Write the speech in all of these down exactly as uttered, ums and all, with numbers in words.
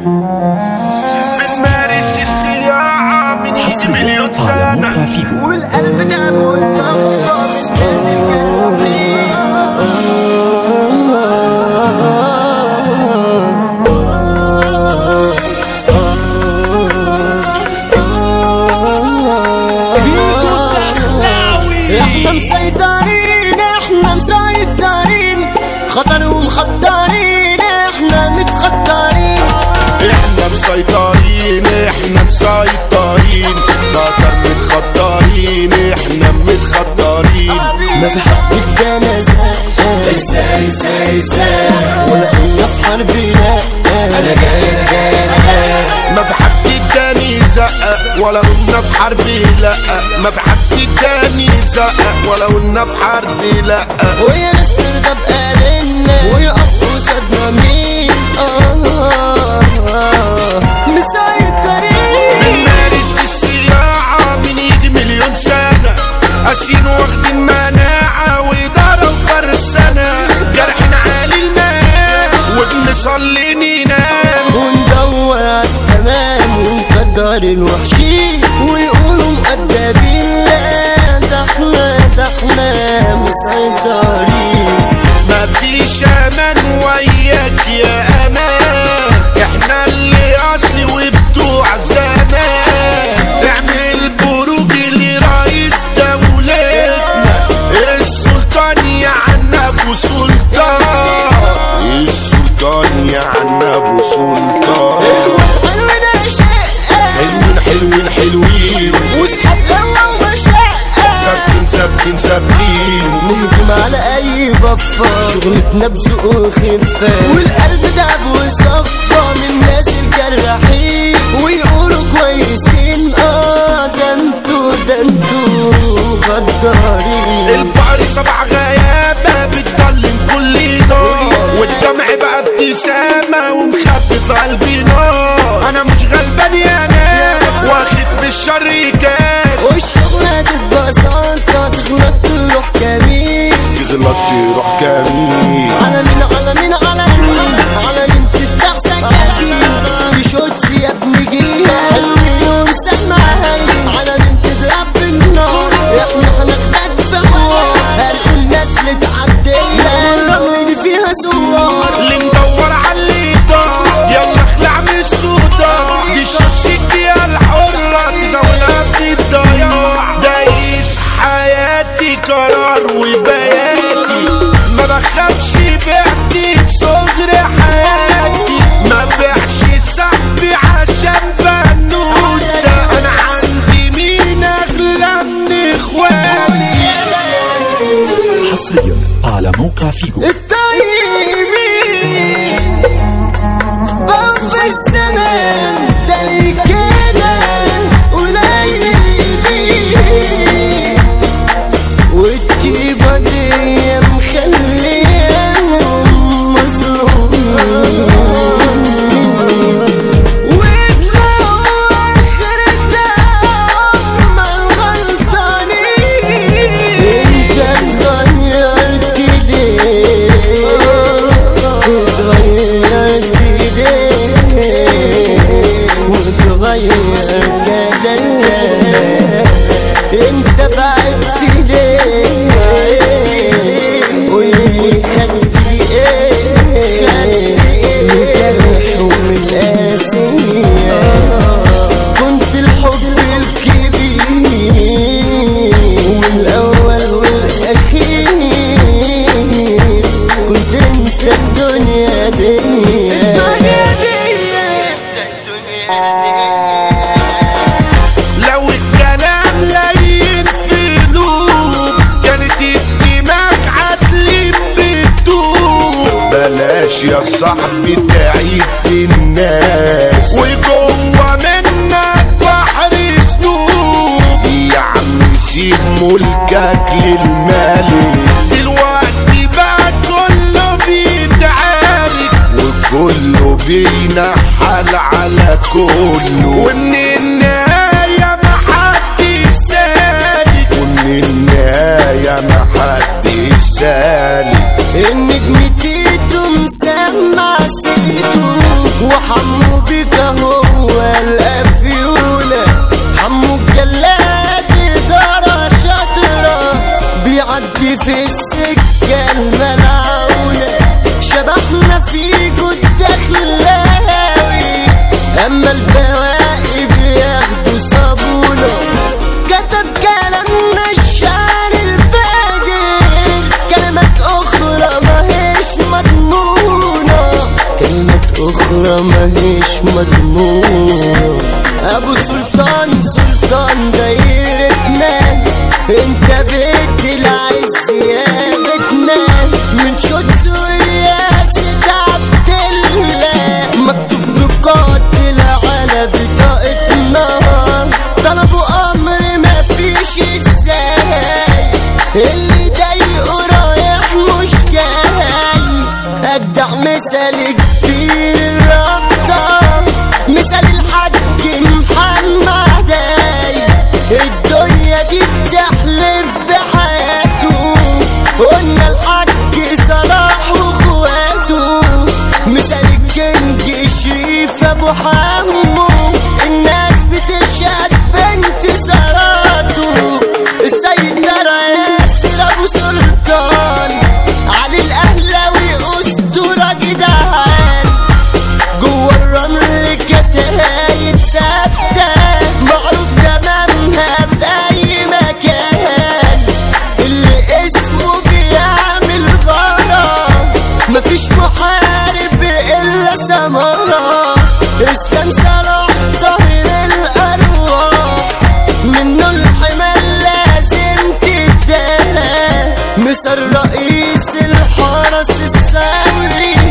بنمارس السياحة من يجي مليون سنة والقلب ده مصفى بتنزل جرحي. احنا مسيطرين احنا مسيطرين خطر ومخطرين احنا متخطرين. احنا مسيطرين احنا مسيطرين خطر متخطرين احنا متخطرين. ما في حد ادانا زق ازاي ازاي ازاي ولا احنا في حرب لا انا جاي انا جاي انا جاي. ما في حد اداني زقة ولا قلنا في حرب لا. ما في حد اداني زقة ولا قلنا في حرب لا. ويا ناس ترضى بقالنا ويقف قصادنا مين؟ اه مسيطرين بنمارس السياحة من يجي مليون سنة قاسين واخدين مناعة وإدارة وفرسانة جرحنا عالي الماء وبنصلي ننام وندور عالتمام ونقدر الوحشين ويقولوا مؤدبين. لا ده احنا ده احنا مسيطرين. مفيش امان وياك يا امان احنا اللي اصلي وبتوع زمان. اعمل بروج لرئيس دولتنا السلطان يا عن ابو سلطان. السلطان يا عن ابو سلطان. حلوين حلوين حلوين واسحب قوة ومشاء ثابتين ثابتين ثابتين نهجم على اي بفة شغلتنا بذوق وخفة والقلب دعب وصفى من الناس الجراحين ويقولوا كويسين. اه ده انتوا ده انتوا غدارين. الفقر سبع غيابة بتضلم كل دار والدمع بقى ابتسامة ومخفف قلبي نار. انا مش غلبان يا ناس واخد في الشر كاس والشغلة ببساطة تغلط تروح كمين تغلط تروح كمين. على مين على مين على مين على مين تفتح سكاكين بشوتس يا ابني جيها حلوين ومسمعين. على مين تضرب بالنار احنا هناخدك في حوار هلقوا الناس اللي تعدينا الرمل اللي فيها سوار. اللي مدور على اللي ضاع يلا اخلع من الصداع. دي شخصيتي الحرة تزاولها في الضياع. دايس حياتي قرار وبياتي ما بخافش بعتي بصغر حياتي ما بيعش صاحبي عشان بنوتة. انا عندي مين اغلى من اخواتي. حصريا على موقع فيجو. الطيبين بقوا في الزمان ده كده قليلين والطيبة دي مخليهم مظلومين ويطلعوا آخرتنا هم الغلطانين. انت اتغيرت ليه اتغيرت ليه وتغير كده انت بعدت ليه قولي خدت ايه من جرح ومن قاسية. كنت الحب الكبير والاول والاخير كنت انت الدنيا دي الدنيا دي انت الدنيا دي. لو الكلام لين في قلوب كانت الدماغ عدلين بتدوب. بلاش يا صاحبي تعيب في الناس وجوه منك بحر ذنوب. يا عم سيب ملكك للمالك دلوقتي بقى كله بيتعارك وكله بينحل على كله. ومن النهاية محدش سالك ومن النهاية محدش سالك. النجم تيتو مسمع سيتو وحمو بيك هو القفيولة. حمو الجلاد إدارة شاطرة بيعدي في السكة الملعونة. شبحنا فيكو الدخلاوي أما البواقي بياخدوا صابونة. كتب كلامنا الشعر الفاجر كلمات أخرى ماهيش مضمونة. كلمات أخرى ماهيش مضمونة. أبو سلطان سلطان دايرتنا انت بيت العز يا بيتنا. من شوت ورياسة عبد الله مكتوب بقاتل على بطاقتنا. طلبوا أمر مفيش ازاي اللي ضايقه رايح مش جاي. أجدع مثال كبير الرابطة مثال الحاج محمد داي. الدنيا دي بتحلف بحياته قلنا الحاج صلاح واخواته. مثال الكينج شريف ابو حمو الناس بتشهد بانتصاراته. السيد ترى ياسر ابو سلطان علي الاهلاوي اسطوره جدعان. جوه الرمل كتايب ثابته معروف تمامها في اي مكان. اللي اسمه بيعمل غرام مفيش محارب الا سمرة. اسلام صلاح طاهر الارواح منه الحمال لازم تدارى. مثل رئيس الحرس الثوري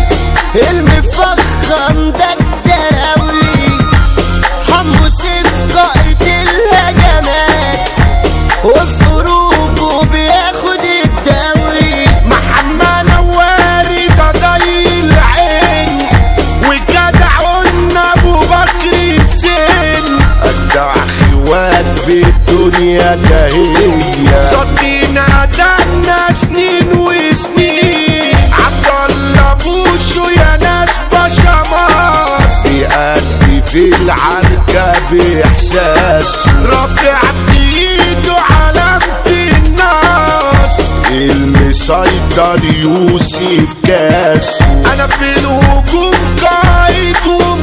المفخم ده الدراولي. حمو سيف قائد الهجمات وفي هروبه بياخد الدوري. محمد نواري ده ضي العين والجدع قلنا ابو بكر الزين. اجدع خوات في الدنيا ده هي صدينا دنا سنين وسنين. عبد الله بوشو يا ناس بشماس بيأدي في العركة بإحساس. رافع بإيده علامة الناس المسيطر يوسف كاسو. أنا في الهجوم قايد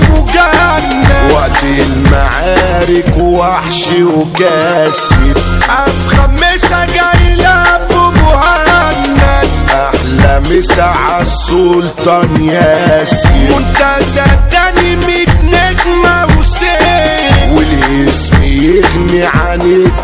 ومجند وقت المعارك وحش وكاسب. أفخم مسا جاي لأبو مهند أحلى مسا عالسلطان ياسين. منتزه تاني ميت نجمة وسيف والاسم يغني عن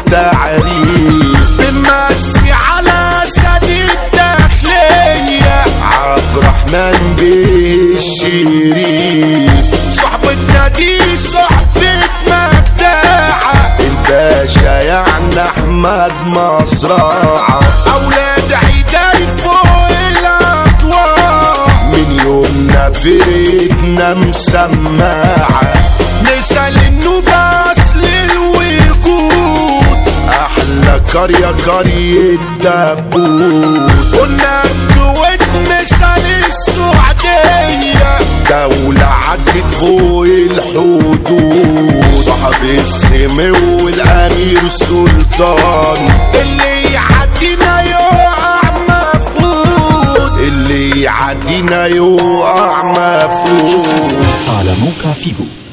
التعريف. بمسي على سد الداخلية عبد الرحمن بيه الشريف. صحبتنا دي صحبة مبدعة الباشا يعني أحمد مزرعة. أولاد عيداي فوق الأطوار من يومنا فرقتنا مسماعة. مثال النوبة أصل الوجود أحلى قرية قرية دبوت. قلنا الكويت مثال السعودية دولة عدت فوق الحدود. صاحب السمو والأمير سلطان اللي يعدينا يقع مفقود. اللي يعدينا يقع مفقود. على موقع فيجو.